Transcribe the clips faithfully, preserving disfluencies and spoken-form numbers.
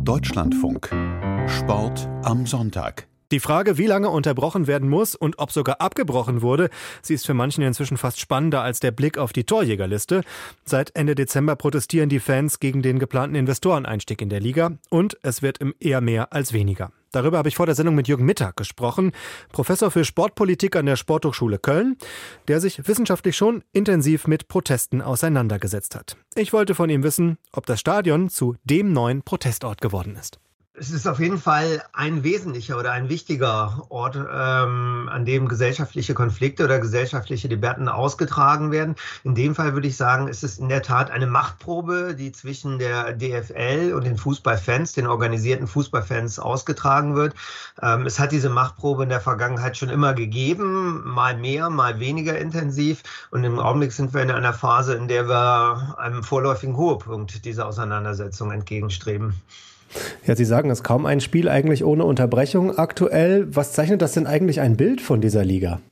Deutschlandfunk. Sport am Sonntag. Die Frage, wie lange unterbrochen werden muss und ob sogar abgebrochen wurde, sie ist für manchen inzwischen fast spannender als der Blick auf die Torjägerliste. Seit Ende Dezember protestieren die Fans gegen den geplanten Investoreneinstieg in der Liga und es wird eher mehr als weniger. Darüber habe ich vor der Sendung mit Jürgen Mittag gesprochen, Professor für Sportpolitik an der Sporthochschule Köln, der sich wissenschaftlich schon intensiv mit Protesten auseinandergesetzt hat. Ich wollte von ihm wissen, ob das Stadion zu dem neuen Protestort geworden ist. Es ist auf jeden Fall ein wesentlicher oder ein wichtiger Ort, ähm, an dem gesellschaftliche Konflikte oder gesellschaftliche Debatten ausgetragen werden. In dem Fall würde ich sagen, es ist in der Tat eine Machtprobe, die zwischen der D F L und den Fußballfans, den organisierten Fußballfans, ausgetragen wird. Ähm, es hat diese Machtprobe in der Vergangenheit schon immer gegeben, mal mehr, mal weniger intensiv. Und im Augenblick sind wir in einer Phase, in der wir einem vorläufigen Höhepunkt dieser Auseinandersetzung entgegenstreben. Ja, Sie sagen, es ist kaum ein Spiel eigentlich ohne Unterbrechung aktuell. Was zeichnet das denn eigentlich ein Bild von dieser Liga?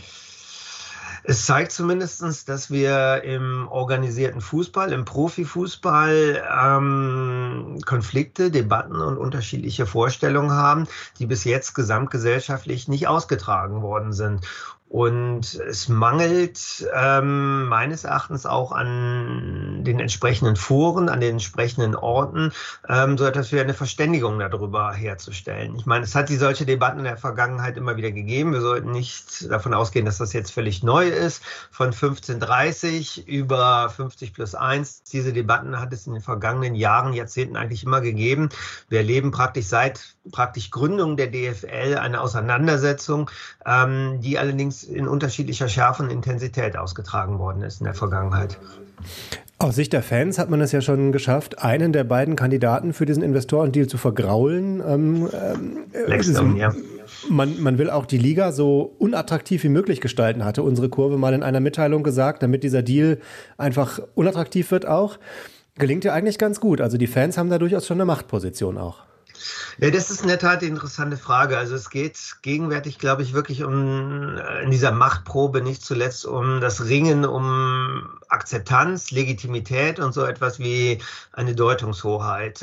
Es zeigt zumindest, dass wir im organisierten Fußball, im Profifußball ähm, Konflikte, Debatten und unterschiedliche Vorstellungen haben, die bis jetzt gesamtgesellschaftlich nicht ausgetragen worden sind. Und es mangelt ähm, meines Erachtens auch an den entsprechenden Foren, an den entsprechenden Orten, ähm, so etwas wie eine Verständigung darüber herzustellen. Ich meine, es hat die solche Debatten in der Vergangenheit immer wieder gegeben. Wir sollten nicht davon ausgehen, dass das jetzt völlig neu ist. Von fünfzehn dreißig über fünfzig plus eins. Diese Debatten hat es in den vergangenen Jahren, Jahrzehnten eigentlich immer gegeben. Wir erleben praktisch seit praktisch Gründung der D F L eine Auseinandersetzung, ähm, die allerdings in unterschiedlicher Schärfe und Intensität ausgetragen worden ist in der Vergangenheit. Aus Sicht der Fans hat man es ja schon geschafft, einen der beiden Kandidaten für diesen Investorendeal zu vergraulen. Ähm, ähm, ja. man, man will auch die Liga so unattraktiv wie möglich gestalten, hatte unsere Kurve mal in einer Mitteilung gesagt, damit dieser Deal einfach unattraktiv wird auch. Gelingt ja eigentlich ganz gut. Also die Fans haben da durchaus schon eine Machtposition auch. Ja, das ist in der Tat die interessante Frage. Also es geht gegenwärtig, glaube ich, wirklich um in dieser Machtprobe nicht zuletzt um das Ringen um Akzeptanz, Legitimität und so etwas wie eine Deutungshoheit.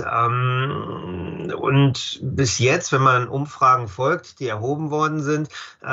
Und bis jetzt, wenn man Umfragen folgt, die erhoben worden sind,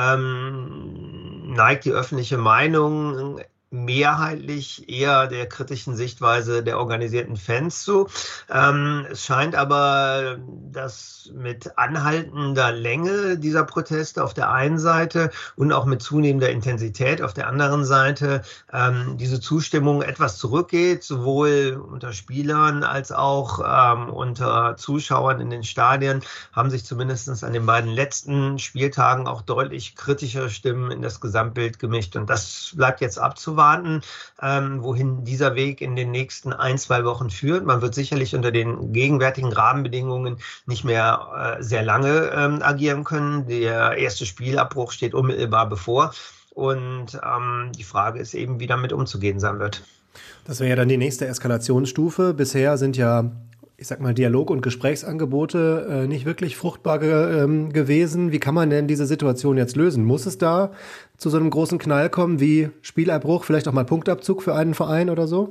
neigt die öffentliche Meinung mehrheitlich eher der kritischen Sichtweise der organisierten Fans zu. Ähm, es scheint aber, dass mit anhaltender Länge dieser Proteste auf der einen Seite und auch mit zunehmender Intensität auf der anderen Seite ähm, diese Zustimmung etwas zurückgeht, sowohl unter Spielern als auch ähm, unter Zuschauern in den Stadien haben sich zumindest an den beiden letzten Spieltagen auch deutlich kritischere Stimmen in das Gesamtbild gemischt. Und das bleibt jetzt abzuwarten. Warten, ähm, wohin dieser Weg in den nächsten ein, zwei Wochen führt. Man wird sicherlich unter den gegenwärtigen Rahmenbedingungen nicht mehr äh, sehr lange ähm, agieren können. Der erste Spielabbruch steht unmittelbar bevor. Und ähm, die Frage ist eben, wie damit umzugehen sein wird. Das wäre ja dann die nächste Eskalationsstufe. Bisher sind ja, ich sag mal, Dialog- und Gesprächsangebote äh, nicht wirklich fruchtbar ge- ähm, gewesen. Wie kann man denn diese Situation jetzt lösen? Muss es da zu so einem großen Knall kommen wie Spielabbruch, vielleicht auch mal Punktabzug für einen Verein oder so?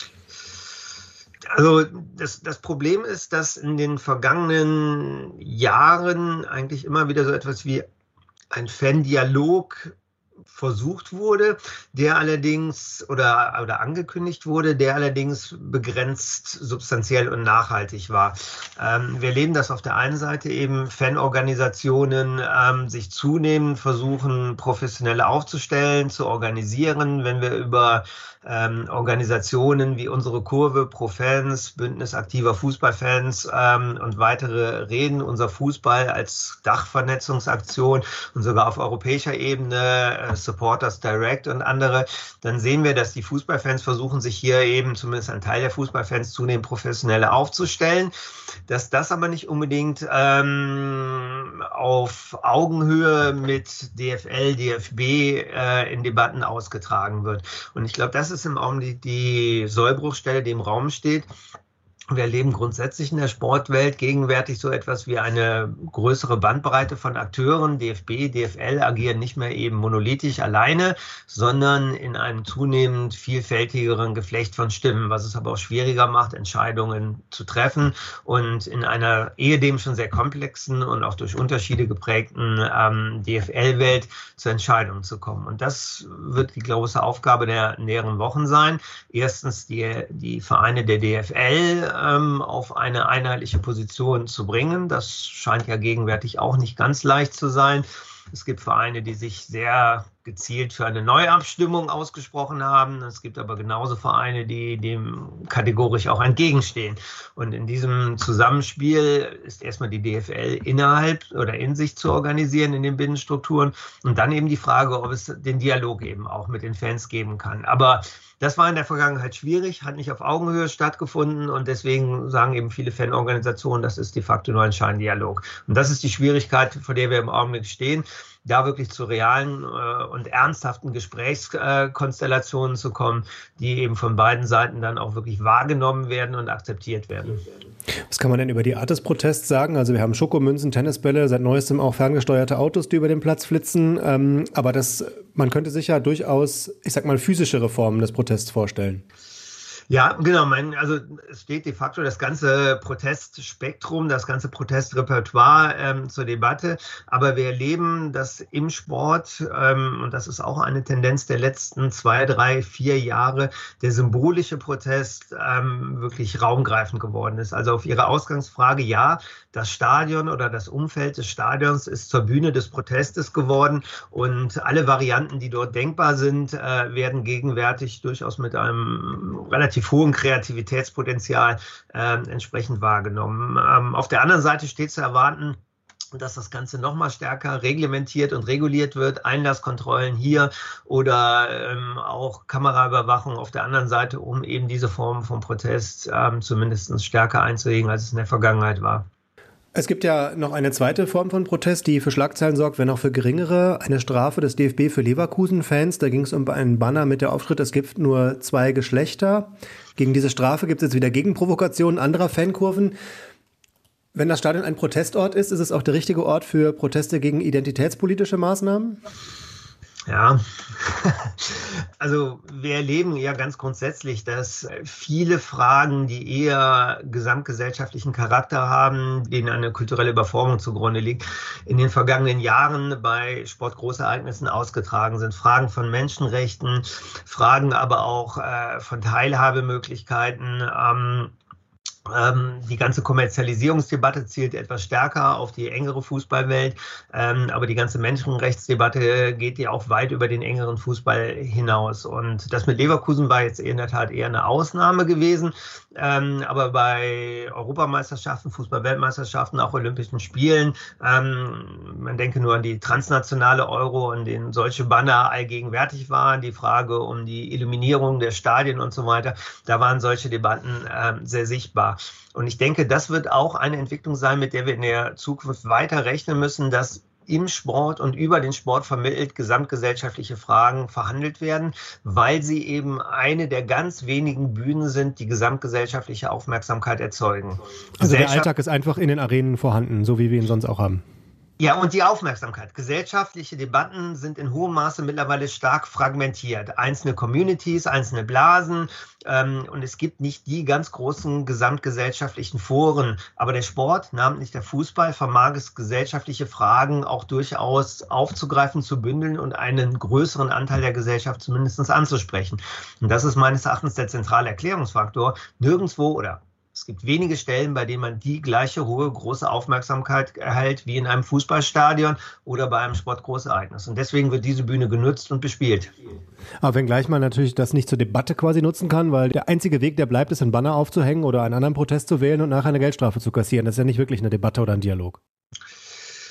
Also das, das Problem ist, dass in den vergangenen Jahren eigentlich immer wieder so etwas wie ein Fan-Dialog versucht wurde, der allerdings oder, oder angekündigt wurde, der allerdings begrenzt substanziell und nachhaltig war. Ähm, wir erleben, dass auf der einen Seite eben Fanorganisationen ähm, sich zunehmend versuchen, professionell aufzustellen, zu organisieren. Wenn wir über ähm, Organisationen wie unsere Kurve, Pro-Fans, Bündnis aktiver Fußballfans ähm, und weitere reden, unser Fußball als Dachvernetzungsaktion und sogar auf europäischer Ebene äh, Supporters Direct und andere, dann sehen wir, dass die Fußballfans versuchen, sich hier eben, zumindest ein Teil der Fußballfans, zunehmend professioneller aufzustellen. Dass das aber nicht unbedingt ähm, auf Augenhöhe mit D F L, D F B äh, in Debatten ausgetragen wird. Und ich glaube, das ist im Augenblick die Sollbruchstelle, die im Raum steht. Wir erleben grundsätzlich in der Sportwelt gegenwärtig so etwas wie eine größere Bandbreite von Akteuren. D F B, D F L agieren nicht mehr eben monolithisch alleine, sondern in einem zunehmend vielfältigeren Geflecht von Stimmen, was es aber auch schwieriger macht, Entscheidungen zu treffen und in einer ehedem schon sehr komplexen und auch durch Unterschiede geprägten ähm, D F L-Welt zu Entscheidungen zu kommen. Und das wird die große Aufgabe der näheren Wochen sein. Erstens die, die Vereine der D F L auf eine einheitliche Position zu bringen. Das scheint ja gegenwärtig auch nicht ganz leicht zu sein. Es gibt Vereine, die sich sehr gezielt für eine Neuabstimmung ausgesprochen haben. Es gibt aber genauso Vereine, die dem kategorisch auch entgegenstehen. Und in diesem Zusammenspiel ist erstmal die D F L innerhalb oder in sich zu organisieren in den Binnenstrukturen und dann eben die Frage, ob es den Dialog eben auch mit den Fans geben kann. Aber das war in der Vergangenheit schwierig, hat nicht auf Augenhöhe stattgefunden und deswegen sagen eben viele Fanorganisationen, das ist de facto nur ein Scheindialog. Und das ist die Schwierigkeit, vor der wir im Augenblick stehen, da wirklich zu realen äh, und ernsthaften Gesprächskonstellationen äh, zu kommen, die eben von beiden Seiten dann auch wirklich wahrgenommen werden und akzeptiert werden. Was kann man denn über die Art des Protests sagen? Also wir haben Schokomünzen, Tennisbälle, seit neuestem auch ferngesteuerte Autos, die über den Platz flitzen. Ähm, aber das, man könnte sich ja durchaus, ich sag mal, physischere Formen des Protests vorstellen. Ja, genau. Mein, also es steht de facto das ganze Protestspektrum, das ganze Protestrepertoire ähm, zur Debatte. Aber wir erleben, dass im Sport, ähm, und das ist auch eine Tendenz der letzten zwei, drei, vier Jahre, der symbolische Protest ähm, wirklich raumgreifend geworden ist. Also auf Ihre Ausgangsfrage, ja, das Stadion oder das Umfeld des Stadions ist zur Bühne des Protestes geworden. Und alle Varianten, die dort denkbar sind, äh, werden gegenwärtig durchaus mit einem relativ hohen Kreativitätspotenzial äh, entsprechend wahrgenommen. Ähm, auf der anderen Seite steht zu erwarten, dass das Ganze noch mal stärker reglementiert und reguliert wird, Einlasskontrollen hier oder ähm, auch Kameraüberwachung auf der anderen Seite, um eben diese Form von Protest ähm, zumindest stärker einzuhegen, als es in der Vergangenheit war. Es gibt ja noch eine zweite Form von Protest, die für Schlagzeilen sorgt, wenn auch für geringere. Eine Strafe des D F B für Leverkusen-Fans. Da ging es um einen Banner mit der Aufschrift, es gibt nur zwei Geschlechter. Gegen diese Strafe gibt es jetzt wieder Gegenprovokationen anderer Fankurven. Wenn das Stadion ein Protestort ist, ist es auch der richtige Ort für Proteste gegen identitätspolitische Maßnahmen? Ja, also wir erleben ja ganz grundsätzlich, dass viele Fragen, die eher gesamtgesellschaftlichen Charakter haben, denen eine kulturelle Überformung zugrunde liegt, in den vergangenen Jahren bei Sportgroßereignissen ausgetragen sind. Fragen von Menschenrechten, Fragen aber auch äh, von Teilhabemöglichkeiten. Ähm, Ähm, die ganze Kommerzialisierungsdebatte zielt etwas stärker auf die engere Fußballwelt, ähm, aber die ganze Menschenrechtsdebatte geht ja auch weit über den engeren Fußball hinaus. Und das mit Leverkusen war jetzt in der Tat eher eine Ausnahme gewesen, ähm, aber bei Europameisterschaften, Fußball-Weltmeisterschaften, auch Olympischen Spielen, ähm, man denke nur an die transnationale Euro, in denen solche Banner allgegenwärtig waren, die Frage um die Illuminierung der Stadien und so weiter, da waren solche Debatten ähm, sehr sichtbar. Und ich denke, das wird auch eine Entwicklung sein, mit der wir in der Zukunft weiter rechnen müssen, dass im Sport und über den Sport vermittelt gesamtgesellschaftliche Fragen verhandelt werden, weil sie eben eine der ganz wenigen Bühnen sind, die gesamtgesellschaftliche Aufmerksamkeit erzeugen. Also der Alltag ist einfach in den Arenen vorhanden, so wie wir ihn sonst auch haben. Ja, und die Aufmerksamkeit. Gesellschaftliche Debatten sind in hohem Maße mittlerweile stark fragmentiert. Einzelne Communities, einzelne Blasen ähm, und es gibt nicht die ganz großen gesamtgesellschaftlichen Foren. Aber der Sport, namentlich der Fußball, vermag es, gesellschaftliche Fragen auch durchaus aufzugreifen, zu bündeln und einen größeren Anteil der Gesellschaft zumindest anzusprechen. Und das ist meines Erachtens der zentrale Erklärungsfaktor. Nirgendwo oder es gibt wenige Stellen, bei denen man die gleiche hohe, große Aufmerksamkeit erhält wie in einem Fußballstadion oder bei einem Sportgroßereignis. Und deswegen wird diese Bühne genutzt und bespielt. Aber wenngleich man natürlich das nicht zur Debatte quasi nutzen kann, weil der einzige Weg, der bleibt, ist, einen Banner aufzuhängen oder einen anderen Protest zu wählen und nachher eine Geldstrafe zu kassieren. Das ist ja nicht wirklich eine Debatte oder ein Dialog.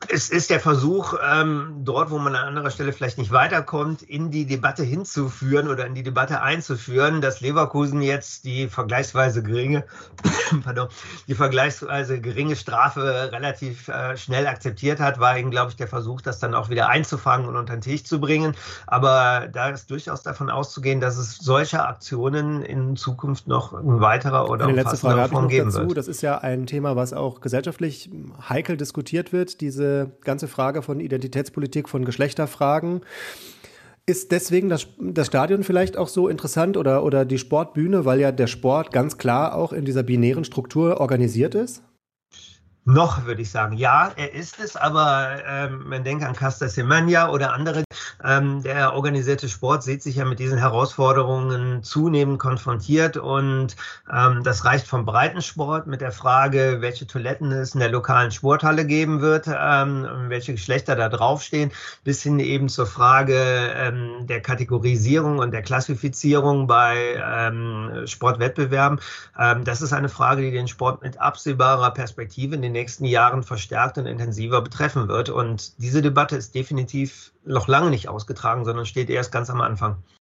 Es ist der Versuch, ähm, dort, wo man an anderer Stelle vielleicht nicht weiterkommt, in die Debatte hinzuführen oder in die Debatte einzuführen, dass Leverkusen jetzt die vergleichsweise geringe, pardon, die vergleichsweise geringe Strafe relativ äh, schnell akzeptiert hat, war eben, glaube ich, der Versuch, das dann auch wieder einzufangen und unter den Tisch zu bringen. Aber da ist durchaus davon auszugehen, dass es solche Aktionen in Zukunft noch in weiterer oder Eine letzte Frage habe ich noch geben dazu. wird. Das ist ja ein Thema, was auch gesellschaftlich heikel diskutiert wird, diese ganze Frage von Identitätspolitik, von Geschlechterfragen. Ist deswegen das, das Stadion vielleicht auch so interessant oder, oder die Sportbühne, weil ja der Sport ganz klar auch in dieser binären Struktur organisiert ist? Noch, würde ich sagen. Ja, er ist es, aber ähm, man denkt an Caster Semenya oder andere. Ähm, der organisierte Sport sieht sich ja mit diesen Herausforderungen zunehmend konfrontiert und ähm, das reicht vom Breitensport mit der Frage, welche Toiletten es in der lokalen Sporthalle geben wird, ähm, welche Geschlechter da draufstehen, bis hin eben zur Frage ähm, der Kategorisierung und der Klassifizierung bei ähm, Sportwettbewerben. Ähm, das ist eine Frage, die den Sport mit absehbarer Perspektive in den nächsten Jahren verstärkt und intensiver betreffen wird. Und diese Debatte ist definitiv noch lange nicht ausgetragen, sondern steht erst ganz am Anfang.